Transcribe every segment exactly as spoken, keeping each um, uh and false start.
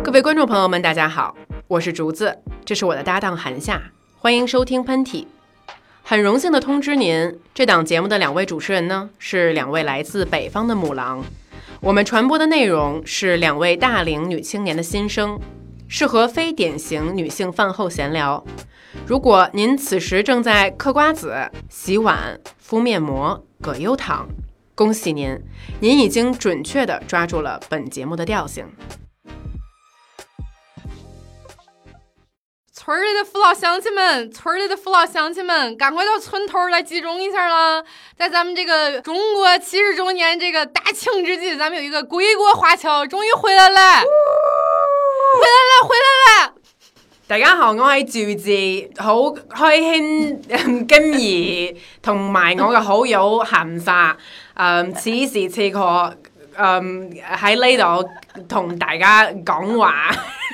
各位观众朋友们大家好，我是竹子，这是我的搭档韩夏，欢迎收听喷嚏。很荣幸的通知您，这档节目的两位主持人呢是两位来自北方的母狼，我们传播的内容是两位大龄女青年的心声，适合非典型女性饭后闲聊。如果您此时正在嗑瓜子、洗碗、敷面膜、葛优躺，恭喜您，您已经准确地抓住了本节目的调性。 村里的父老乡亲们，村里的父老乡亲们，赶快到村头来集中一下了！在咱们这个中国七十周年这个大庆之际，咱们有一个归国华侨终于回来了，回來了，回來了！ 大家好，我係趙志，好開心今兒同埋我嘅好友韓發，誒此時此刻誒喺呢度同大家講話。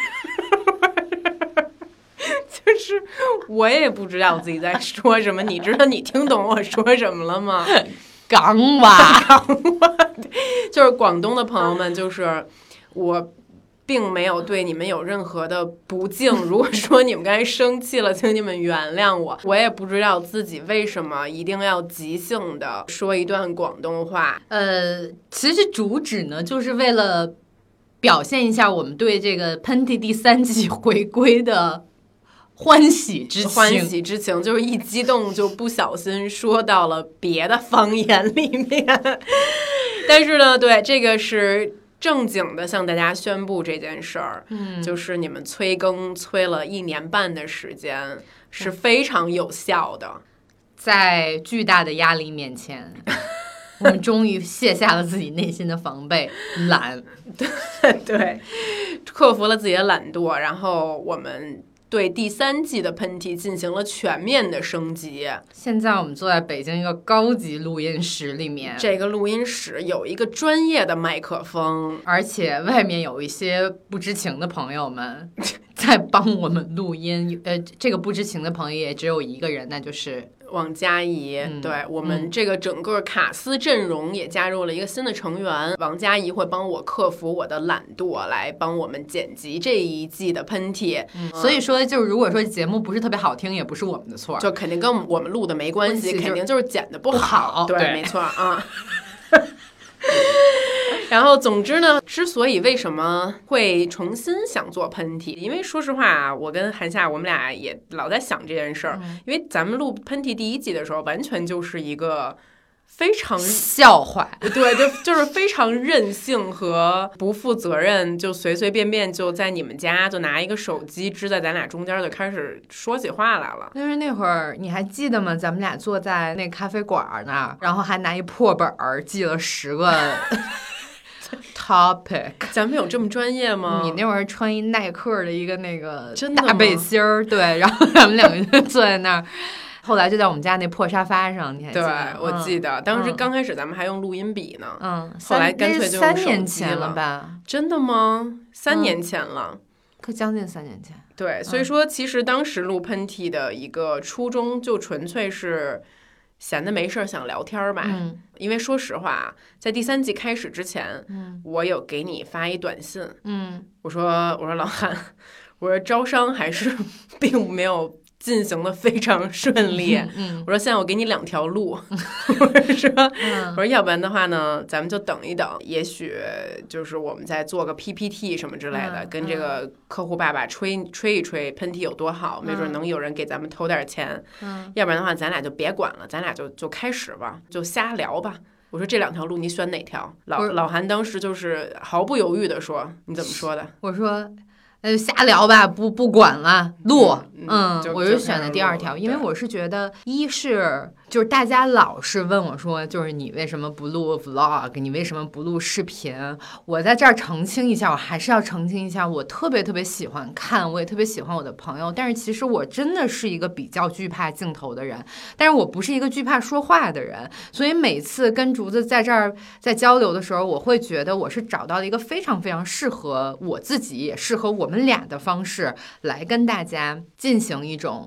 就是我也不知道自己在说什么，你知道你听懂我说什么了吗？ 港话， 港话，就是广东的朋友们，就是我并没有对你们有任何的不敬。如果说你们刚才生气了，请你们原谅我。我也不知道自己为什么一定要即兴的说一段广东话。 呃，其实主旨呢，就是为了表现一下我们对这个喷嚏第三季回归的欢喜之情， 欢喜之情就是一激动就不小心说到了别的方言里面。但是呢，对，这个是正经的向大家宣布这件事儿，嗯，就是你们催更催了一年半的时间是非常有效的。 在巨大的压力面前，我们终于卸下了自己内心的防备，懒， 对对，克服了自己的懒惰，然后我们对第三季的喷嚏进行了全面的升级。 现在我们坐在北京一个高级录音室里面， 这个录音室有一个专业的麦克风， 而且外面有一些不知情的朋友们在帮我们录音。呃，这个不知情的朋友也只有一个人，那就是王佳怡。嗯、对，我们这个整个卡司阵容也加入了一个新的成员，王佳怡会帮我克服我的懒惰，来帮我们剪辑这一季的喷嚏。 嗯、所以说，就是如果说节目不是特别好听，也不是我们的错， 就肯定跟我们录的没关系，肯定就是剪的不好。 不好对， 对没错啊。然后总之呢，之所以为什么会重新想做喷嚏，因为说实话啊，我跟韩夏我们俩也老在想这件事儿、嗯、因为咱们录喷嚏第一季的时候完全就是一个非常笑话， 对，就就是非常任性和不负责任，就随随便便就在你们家就拿一个手机支在咱俩中间就开始说起话来了。 就是那会儿你还记得吗？咱们俩坐在那咖啡馆那儿，然后还拿一破本儿记了十个topic。 咱们有这么专业吗？ 你那会儿穿一耐克的一个那个大背心儿，对，然后咱们两个人就坐在那儿。后来就在我们家那破沙发上，你还记得？ 对，我记得、嗯、当时刚开始咱们还用录音笔呢， 嗯， 后来干脆就用手机了。 三年前了吧？ 真的吗？三年前了、嗯、 可将近三年前。 对，所以说其实当时录喷嚏的一个初衷就纯粹是闲的没事想聊天吧、嗯、因为说实话在第三季开始之前、嗯、我有给你发一短信，嗯，我说我说老韩，我说招商还是并没有进行的非常顺利、嗯嗯、我说现在我给你两条路我说、嗯、我说要不然的话呢咱们就等一等，也许就是我们再做个 P P T 什么之类的、嗯、跟这个客户爸爸吹吹一吹喷嚏有多好、嗯、没准能有人给咱们投点钱、嗯、要不然的话咱俩就别管了，咱俩就就开始吧，就瞎聊吧。我说这两条路你选哪条？老老韩当时就是毫不犹豫的说，你怎么说的？ 我说呃，瞎聊吧，不不管了，录，嗯， 嗯就我就选的第二条，因为我是觉得，一是就是大家老是问我说，就是你为什么不录 vlog， 你为什么不录视频？我在这儿澄清一下，我还是要澄清一下，我特别特别喜欢看，我也特别喜欢我的朋友，但是其实我真的是一个比较惧怕镜头的人，但是我不是一个惧怕说话的人，所以每次跟竹子在这儿在交流的时候，我会觉得我是找到了一个非常非常适合我自己，也适合我们俩的方式来跟大家进行一种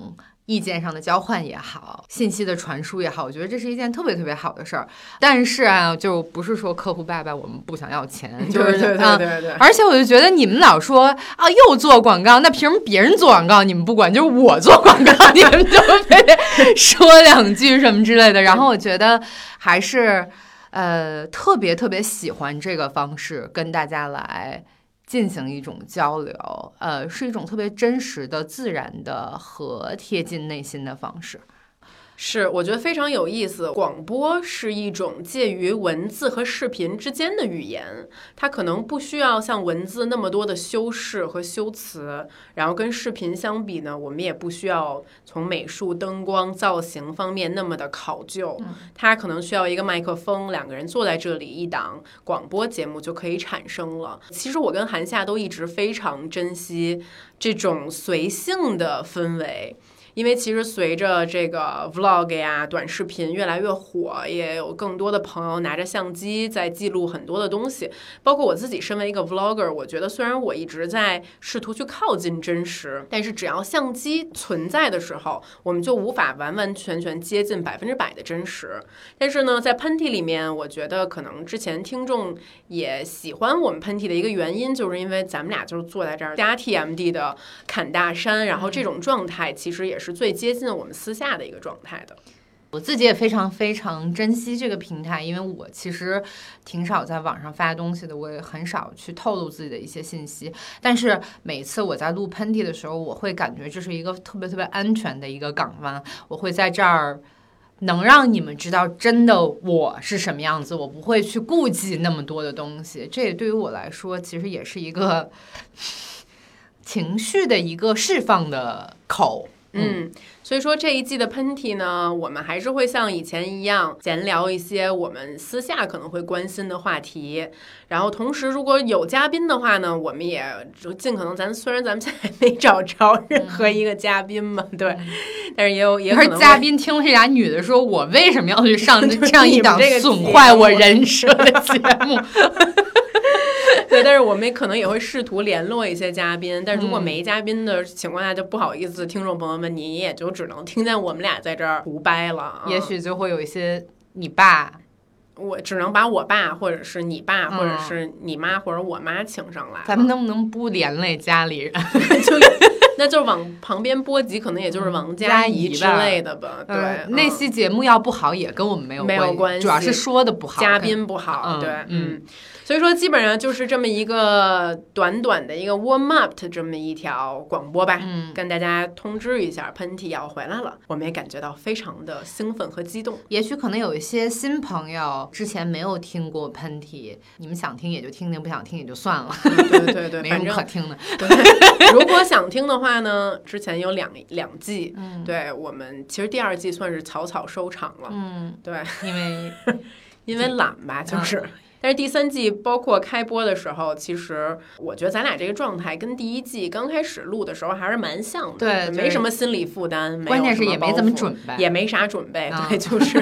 意见上的交换也好，信息的传输也好，我觉得这是一件特别特别好的事儿。但是啊，就不是说客户拜拜我们不想要钱，就是对对对对对、 啊。而且我就觉得你们老说啊又做广告，那凭什么别人做广告你们不管，就是我做广告你们就非得说两句什么之类的。然后我觉得还是呃特别特别喜欢这个方式跟大家来进行一种交流，呃，是一种特别真实的、自然的和贴近内心的方式。 是，我觉得非常有意思。广播是一种介于文字和视频之间的语言，它可能不需要像文字那么多的修饰和修辞，然后跟视频相比呢，我们也不需要从美术、灯光、造型方面那么的考究。它可能需要一个麦克风，两个人坐在这里，一档广播节目就可以产生了。其实我跟韩夏都一直非常珍惜这种随性的氛围。因为其实随着这个 vlog 呀、短视频越来越火，也有更多的朋友拿着相机在记录很多的东西。包括我自己身为一个 vlogger， 我觉得虽然我一直在试图去靠近真实，但是只要相机存在的时候，我们就无法完完全全接近百分之百的真实。但是呢，在喷嚏里面，我觉得可能之前听众也喜欢我们喷嚏的一个原因，就是因为咱们俩就是坐在这儿加 T M D 的侃大山，然后这种状态其实也是是最接近我们私下的一个状态的。 我自己也非常非常珍惜这个平台，因为我其实挺少在网上发东西的，我也很少去透露自己的一些信息。但是每次我在录喷嚏的时候，我会感觉这是一个特别特别安全的一个港湾，我会在这儿能让你们知道真的我是什么样子，我不会去顾忌那么多的东西。这也对于我来说其实也是一个情绪的一个释放的口。 嗯，所以说这一季的喷嚏呢，我们还是会像以前一样闲聊一些我们私下可能会关心的话题，然后同时如果有嘉宾的话呢，我们也尽可能，咱虽然咱们现在没找着任何一个嘉宾嘛，对，嗯、但是也有也可能嘉宾听这俩女的说，我为什么要去上这样一档损坏我人设的节目？ 对，但是我们可能也会试图联络一些嘉宾，但如果没嘉宾的情况下，就不好意思，听众朋友们，你也就只能听见我们俩在这儿胡掰了。 也许就会有一些你爸， 我只能把我爸，或者是你爸，或者是你妈，或者我妈请上来。 咱们能不能不连累家里人？ 就那就是往旁边波及，可能也就是王佳怡之类的吧。对、 嗯，那期节目要不好也跟我们没有没有关系， 主要是说的不好， 嘉宾不好。 嗯、 对， 嗯。 嗯所以说基本上就是这么一个短短的一个 warm up 的这么一条广播吧， 嗯， 跟大家通知一下喷嚏要回来了，我们也感觉到非常的兴奋和激动。 也许可能有一些新朋友之前没有听过喷嚏，你们想听也就听听，不想听也就算了。 嗯、对对对， 没什么可听的。 对，如果想听的话呢，之前有两两季， 嗯， 对我们其实第二季算是草草收场了， 嗯， 对， 因为因为懒吧，就是。嗯但是第三季包括开播的时候，其实我觉得咱俩这个状态跟第一季刚开始录的时候还是蛮像的， 对， 没什么心理负担， 关键是也没怎么准备， 也没啥准备， 嗯、 对，就是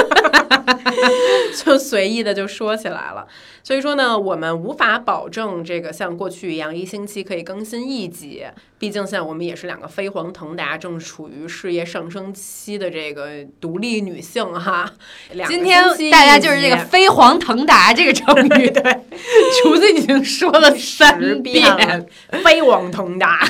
就随意的就说起来了。所以说呢，我们无法保证这个像过去一样一星期可以更新一集，毕竟现在我们也是两个飞黄腾达、正处于事业上升期的这个独立女性哈。 今天大家就是这个飞黄腾达这个成语， 对， 厨子已经说了三遍， 飞黄腾达。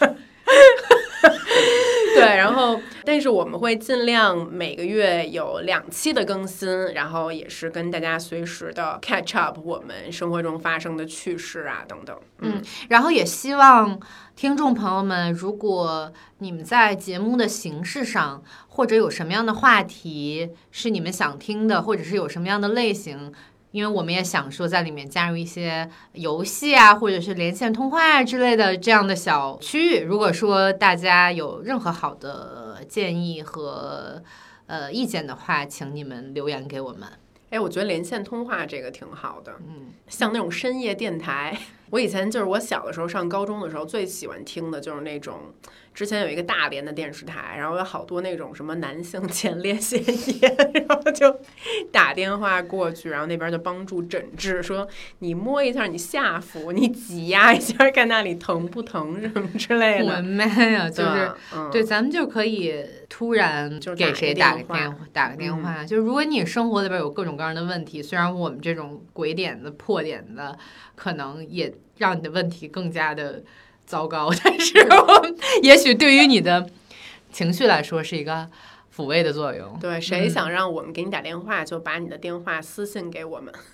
对，然后但是我们会尽量每个月有两期的更新，然后也是跟大家随时的 catch up 我们生活中发生的趣事啊等等。 嗯，然后也希望听众朋友们，如果你们在节目的形式上，或者有什么样的话题是你们想听的，或者是有什么样的类型，因为我们也想说在里面加入一些游戏啊，或者是连线通话啊之类的这样的小区域。如果说大家有任何好的建议和呃意见的话，请你们留言给我们。 哎，我觉得连线通话这个挺好的， 嗯， 像那种深夜电台， 我以前就是我小的时候上高中的时候最喜欢听的就是那种，之前有一个大连的电视台，然后有好多那种什么男性前列腺炎，然后就打电话过去，然后那边就帮助诊治，说你摸一下你下腹，你挤压一下看那里疼不疼什么之类的。 我的妈呀，就是、嗯、对，咱们就可以突然给谁打个电话，打个电话。 嗯、 就如果你生活里边有各种各样的问题，虽然我们这种鬼点子破点的可能也让你的问题更加的糟糕，但是也许对于你的情绪来说是一个抚慰的作用。 对，谁想让我们给你打电话，嗯、就把你的电话私信给我们。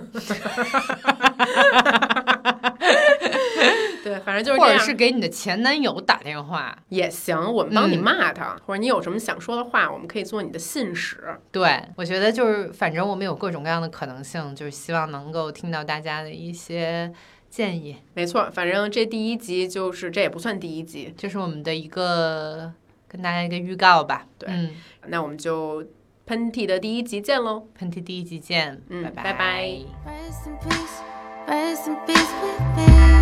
对，反正就是这样， 或者是给你的前男友打电话也行，我们帮你骂他、嗯、或者你有什么想说的话，我们可以做你的信使。 对，我觉得就是反正我们有各种各样的可能性，就是希望能够听到大家的一些建议。 没错，反正这第一集就是这也不算第一集， 这是我们的一个跟大家一个预告吧。 对、嗯、那我们就喷嚏的第一集见喽， 喷嚏第一集见， 嗯， 拜拜拜拜。 Rest in peace, rest in peace with me.